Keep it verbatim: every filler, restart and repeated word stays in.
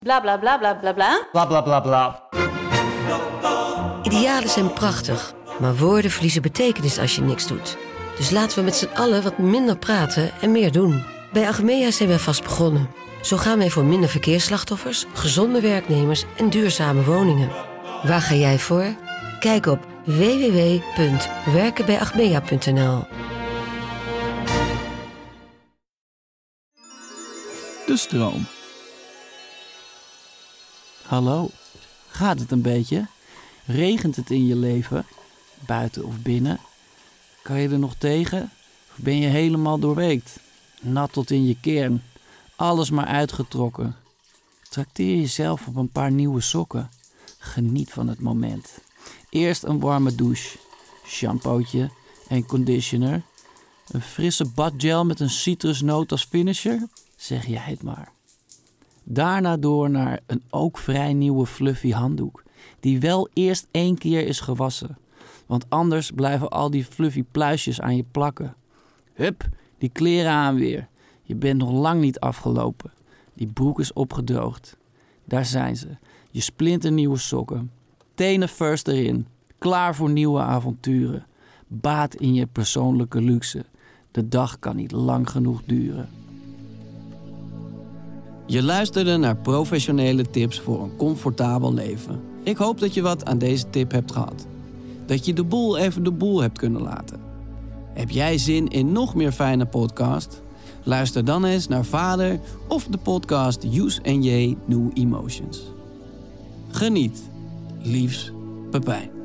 Bla bla bla bla bla bla. Bla bla bla bla. Idealen zijn prachtig, maar woorden verliezen betekenis als je niks doet. Dus laten we met z'n allen wat minder praten en meer doen. Bij Achmea zijn wij vast begonnen. Zo gaan wij voor minder verkeersslachtoffers, gezonde werknemers en duurzame woningen. Waar ga jij voor? Kijk op w w w punt werken bij achmea punt n l. De stroom. Hallo, gaat het een beetje? Regent het in je leven? Buiten of binnen? Kan je er nog tegen? Of ben je helemaal doorweekt? Nat tot in je kern. Alles maar uitgetrokken. Trakteer jezelf op een paar nieuwe sokken. Geniet van het moment. Eerst een warme douche. Shampootje en conditioner. Een frisse badgel met een citrusnoot als finisher. Zeg jij het maar. Daarna door naar een ook vrij nieuwe fluffy handdoek. Die wel eerst één keer is gewassen. Want anders blijven al die fluffy pluisjes aan je plakken. Hup, die kleren aan weer. Je bent nog lang niet afgelopen. Die broek is opgedroogd. Daar zijn ze. Je splinternieuwe sokken. Tenen first erin. Klaar voor nieuwe avonturen. Baat in je persoonlijke luxe. De dag kan niet lang genoeg duren. Je luisterde naar professionele tips voor een comfortabel leven. Ik hoop dat je wat aan deze tip hebt gehad. Dat je de boel even de boel hebt kunnen laten. Heb jij zin in nog meer fijne podcast? Luister dan eens naar Vader of de podcast Use en J New Emotions. Geniet. Liefs, Pepijn.